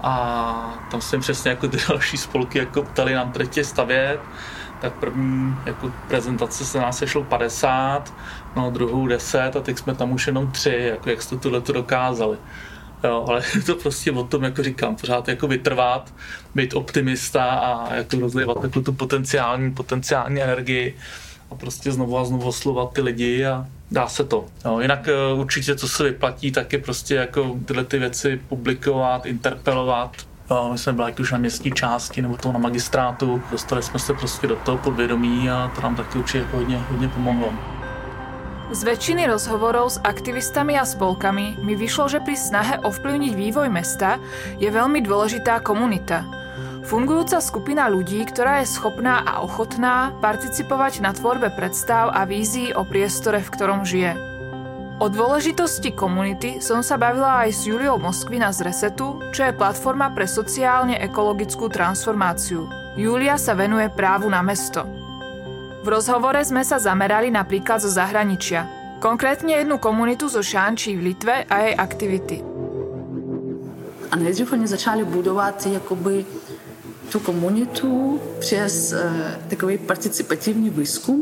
a tam jsme přesně jako ty další spolky jako ptali nám tady stavět. Tak první jako prezentace se nás sešlo padesát, no druhou deset a teď jsme tam už jenom tři, jako jak jste tohleto dokázali. Jo, ale je to prostě o tom, jako říkám, pořád jako vytrvat, být optimista a jako rozlivat takovou tu potenciální, potenciální energii a prostě znovu a znovu oslovat ty lidi a dá se to. Jo, jinak určitě, co se vyplatí, tak je prostě jako tyhle ty věci publikovat, interpelovat. Jo, my jsme byli už na městské části nebo to na magistrátu, dostali jsme se prostě do toho podvědomí a to nám taky určitě hodně, hodně pomohlo. Z väčšiny rozhovorov s aktivistami a spolkami mi vyšlo, že pri snahe ovplyvniť vývoj mesta je veľmi dôležitá komunita. Fungujúca skupina ľudí, ktorá je schopná a ochotná participovať na tvorbe predstav a vízií o priestore, v ktorom žije. O dôležitosti komunity som sa bavila aj s Juliou Moskvina z Resetu, čo je platforma pre sociálne ekologickú transformáciu. Julia sa venuje právu na mesto. V rozhovore sme sa zamerali napríklad zo zahraničia, konkrétne jednu komunitu zo Šánčí v Litve a jej aktivity. A nejdřív oni začali budovat jakoby tu komunitu přes e, takový participativní výzkum.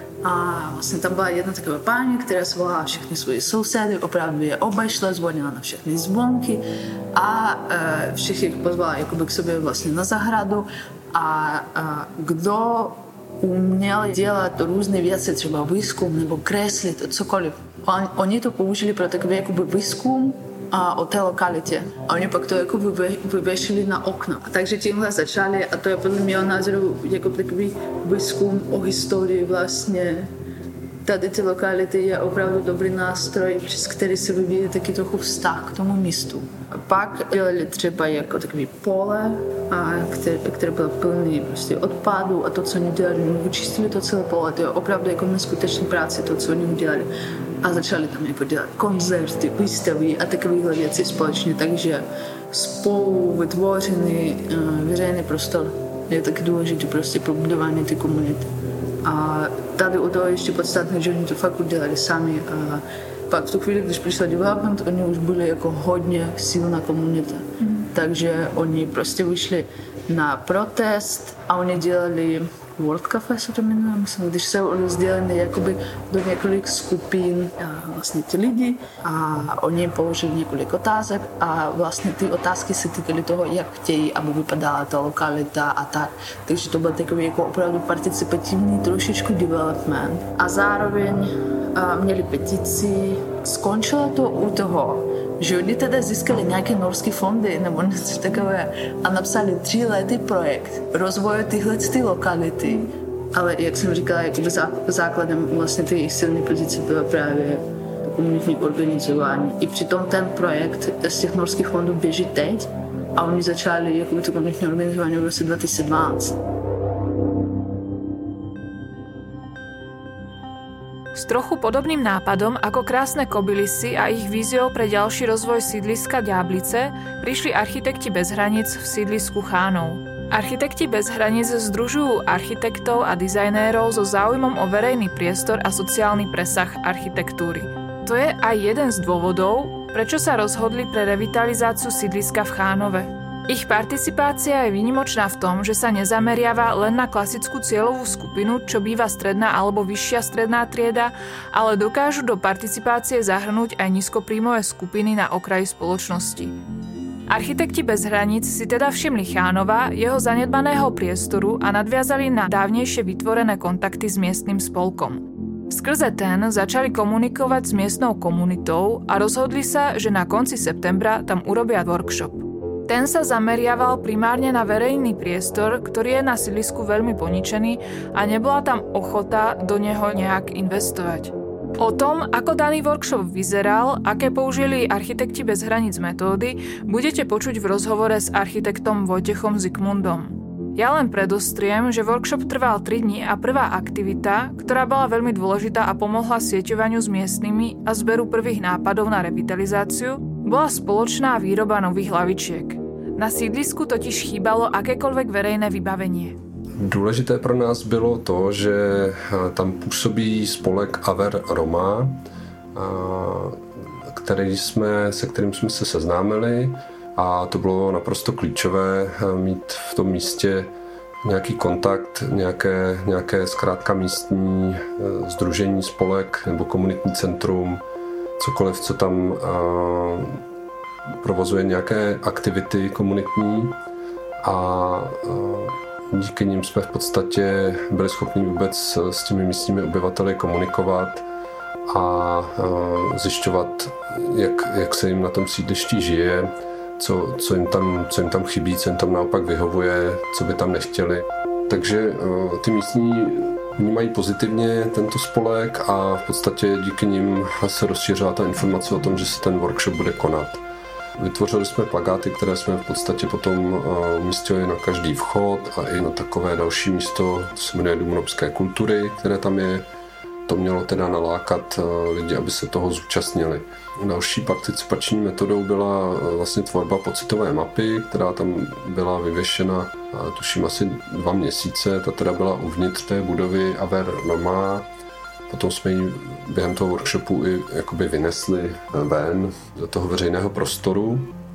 A vlastně tam byla jedna taková paní, která svolala všechny svoje sousedy, opravdu je obešla, zvonila na všechny zvonky a e, všech jich pozvala jakoby k sobě vlastně na zahradu. A, a kdo uměl dělat různé věci, třeba výzkum nebo kreslit, cokoliv. On, oni to použili pro takový jakoby výzkum a, o té lokalitě. A oni pak to jakoby vyvěšili na okna. A takže tímhle začali a to je podle mého názoru jako takový výzkum o historii vlastně. Tady ty lokality je opravdu dobrý nástroj, přes který se vyvíjí taky trochu vztah k tomu místu. A pak dělali třeba jako takový pole, a které, které bylo plné prostě odpadů a to, co oni dělali, oni vyčistili to celé pole, to je opravdu jako neskutečná práce, to, co oni udělali. A začali tam jako dělat koncerty, výstavy a takovéhle věci společně, takže spolu vytvořený uh, veřejný prostor je taky důležitý prostě pro budování té komunity. A tady u toho ještě podstatné, že oni to fakt udělali sami a pak v tu chvíli, když přišla development, oni už byli jako hodně silná komunita. Mm. Takže oni prostě vyšli na protest a oni dělali World Cafe, se to jmenuje, myslím, když se rozdělili jakoby do několik skupin vlastně ty lidi a oni jim položili několik otázek a vlastně ty otázky se týkaly toho, jak chtějí, aby vypadala ta lokalita a tak. Takže to byl takový jako opravdu participativní trošičku development. A zároveň a měli petici. Skončilo to u toho, že oni teda získali nějaké norské fondy nebo něco takové a napsali tři lety projekt rozvoje tyhle ty lokality. Ale jak jsem říkala, jakoby základem vlastně té silné pozice bylo právě komunitní organizování. I přitom ten projekt z těch norských fondů běží teď a oni začali jakoby to komunitní organizování v roce dva tisíce dvanáct. S trochu podobným nápadom ako Krásne Kobylisy a ich víziou pre ďalší rozvoj sídliska Ďáblice prišli architekti bez hraníc v sídlisku Chánov. Architekti bez hraníc združujú architektov a dizajnérov so záujmom o verejný priestor a sociálny presah architektúry. To je aj jeden z dôvodov, prečo sa rozhodli pre revitalizáciu sídliska v Chánove. Ich participácia je výnimočná v tom, že sa nezameriava len na klasickú cieľovú skupinu, čo býva stredná alebo vyššia stredná trieda, ale dokážu do participácie zahrnúť aj nízkopríjmové skupiny na okraji spoločnosti. Architekti bez hraníc si teda všimli Chánova, jeho zanedbaného priestoru a nadviazali na dávnejšie vytvorené kontakty s miestnym spolkom. Skrze ten začali komunikovať s miestnou komunitou a rozhodli sa, že na konci septembra tam urobia workshop. Ten sa zameriaval primárne na verejný priestor, ktorý je na sídlisku veľmi poničený a nebola tam ochota do neho nejak investovať. O tom, ako daný workshop vyzeral, aké použili architekti bez hraníc metódy, budete počuť v rozhovore s architektom Vojtechom Zikmundom. Ja len predostriem, že workshop trval tri dni a prvá aktivita, ktorá bola veľmi dôležitá a pomohla sieťovaniu s miestnymi a zberu prvých nápadov na revitalizáciu, bola spoločná výroba nových lavičiek. Na sídlisku totiž chýbalo akékoľvek verejné vybavenie. Důležité pro nás bylo to, že tam působí spolek Aver Roma, který jsme, se kterým jsme se seznámili a to bylo naprosto klíčové mít v tom místě nějaký kontakt, nějaké, nějaké zkrátka místní sdružení, spolek nebo komunitní centrum, cokoliv, co tam provozuje nějaké aktivity komunitní a díky nim jsme v podstatě byli schopni vůbec s těmi místními obyvateli komunikovat a zjišťovat, jak, jak se jim na tom sídlišti žije, co, co, jim tam, co jim tam chybí, co jim tam naopak vyhovuje, co by tam nechtěli. Takže ty místní vnímají pozitivně tento spolek a v podstatě díky nim se rozšířila ta informace o tom, že se ten workshop bude konat. Vytvořili jsme plakáty, které jsme v podstatě potom umístili na každý vchod a i na takové další místo, to se jmenuje Dům romské kultury, které tam je. To mělo teda nalákat lidi, aby se toho zúčastnili. Další participační metodou byla vlastně tvorba pocitové mapy, která tam byla vyvěšena, tuším asi dva měsíce. Ta teda byla uvnitř té budovy Aver Norma. Potom jsme ji během toho workshopu i jakoby vynesli ven do toho veřejného prostoru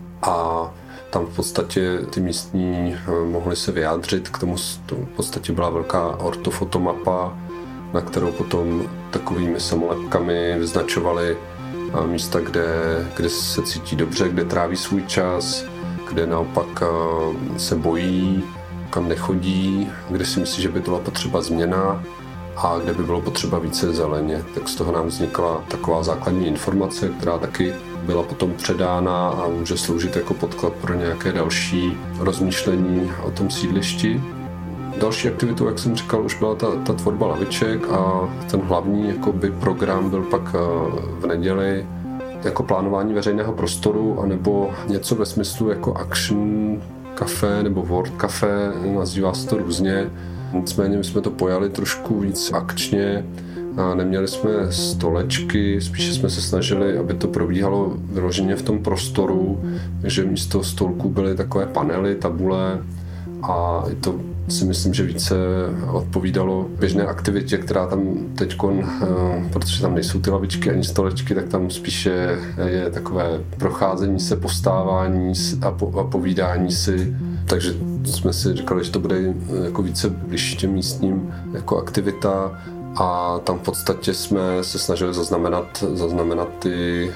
a tam v podstatě ty místní mohli se vyjádřit k tomu. To v podstatě byla velká ortofotomapa, na kterou potom takovými samolepkami vyznačovali místa, kde, kde se cítí dobře, kde tráví svůj čas, kde naopak se bojí, kam nechodí, kde si myslí, že by byla potřeba změna a kde by bylo potřeba více zeleně. Tak z toho nám vznikla taková základní informace, která taky byla potom předána a může sloužit jako podklad pro nějaké další rozmýšlení o tom sídlišti. Další aktivitou, jak jsem říkal, už byla ta, ta tvorba laviček a ten hlavní jakoby, program byl pak v neděli jako plánování veřejného prostoru anebo něco ve smyslu jako action café nebo word café, nazývá se to různě. Nicméně my jsme to pojali trošku víc akčně a neměli jsme stolečky, spíše jsme se snažili, aby to probíhalo vyloženě v tom prostoru, že místo stolků byly takové panely, tabule a i to si myslím, že více odpovídalo běžné aktivitě, která tam teďkon, protože tam nejsou ty lavičky ani stolečky, tak tam spíše je takové procházení se, postávání a, po, a povídání si. Takže jsme si říkali, že to bude jako více blíž těm místním jako aktivita a tam v podstatě jsme se snažili zaznamenat, zaznamenat ty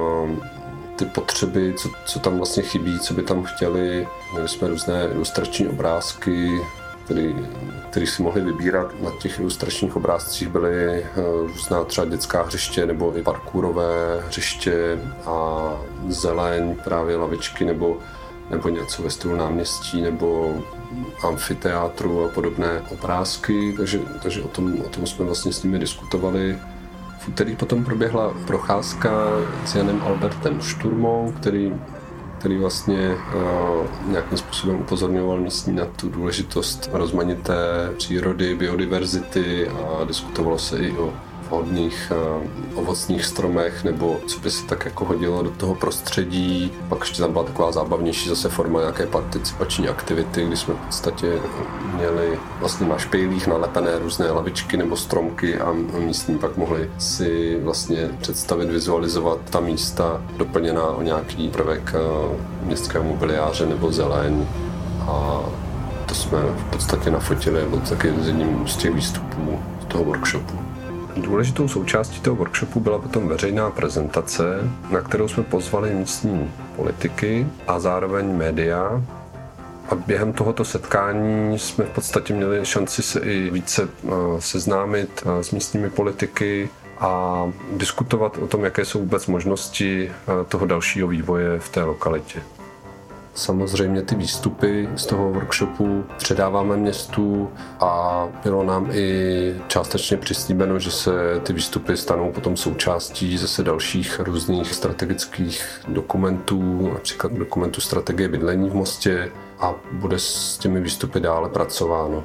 ty potřeby, co, co tam vlastně chybí, co by tam chtěli. Měli jsme různé ilustrační obrázky, které si mohli vybírat. Na těch ilustračních obrázcích byly různá třeba dětská hřiště nebo i parkourové hřiště a zeleň, právě lavičky nebo, nebo něco ve stylu náměstí nebo amfiteátru a podobné obrázky. Takže, takže o, tom, o tom jsme vlastně s nimi diskutovali. V úterý potom proběhla procházka s Janem Albertem Šturmou, který, který vlastně uh, nějakým způsobem upozorňoval místní na tu důležitost rozmanité přírody, biodiverzity a diskutovalo se i o vhodných uh, ovocných stromech nebo co by se tak jako hodilo do toho prostředí. Pak ještě tam byla taková zábavnější zase forma nějaké participační aktivity, kdy jsme v podstatě měli vlastně na špejlích nalepené různé lavičky nebo stromky a místní pak mohli si vlastně představit, vizualizovat ta místa doplněná o nějaký prvek uh, městského mobiliáře nebo zeleň a to jsme v podstatě nafotili, byl taky z jedním z těch výstupů z toho workshopu. Důležitou součástí toho workshopu byla potom veřejná prezentace, na kterou jsme pozvali místní politiky a zároveň média. A během tohoto setkání jsme v podstatě měli šanci se i více seznámit s místními politiky a diskutovat o tom, jaké jsou vůbec možnosti toho dalšího vývoje v té lokalitě. Samozřejmě ty výstupy z toho workshopu předáváme městu a bylo nám i částečně přislíbeno, že se ty výstupy stanou potom součástí zase dalších různých strategických dokumentů, například dokumentu strategie bydlení v Mostě a bude s těmi výstupy dále pracováno.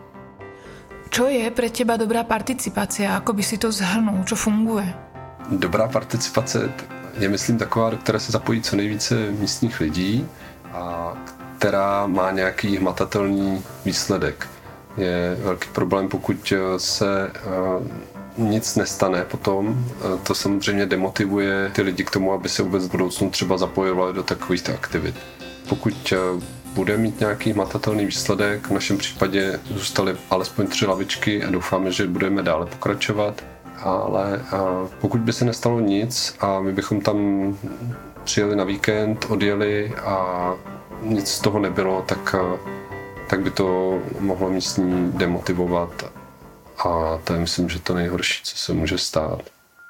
Čo je pre teba dobrá participácia? Ako by si to zhrnul? Čo funguje? Dobrá participace je, myslím, taková, do které se zapojí co nejvíce místních lidí a která má nějaký hmatatelný výsledek. Je velký problém, pokud se nic nestane potom. To samozřejmě demotivuje ty lidi k tomu, aby se vůbec v budoucnu třeba zapojovali do takových aktivit. Pokud bude mít nějaký hmatatelný výsledek, v našem případě zůstaly alespoň tři lavičky a doufáme, že budeme dále pokračovat. Ale pokud by se nestalo nic a my bychom tam přijeli na víkend, odjeli a nic z toho nebylo, tak, tak by to mohlo místní demotivovat a to je, myslím, že to nejhorší, co se může stát.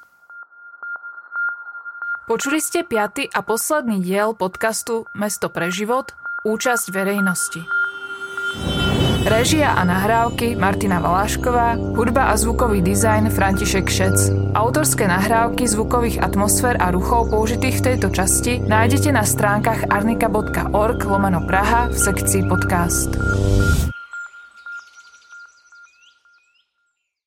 Počuli ste piaty a posledný diel podcastu Mesto pre život, účasť verejnosti. Réžia a nahrávky Martina Valášková, hudba a zvukový dizajn František Šec. Autorské nahrávky zvukových atmosfér a ruchov použitých v tejto časti nájdete na stránkach arnika bodka org lomeno Praha v sekcii podcast.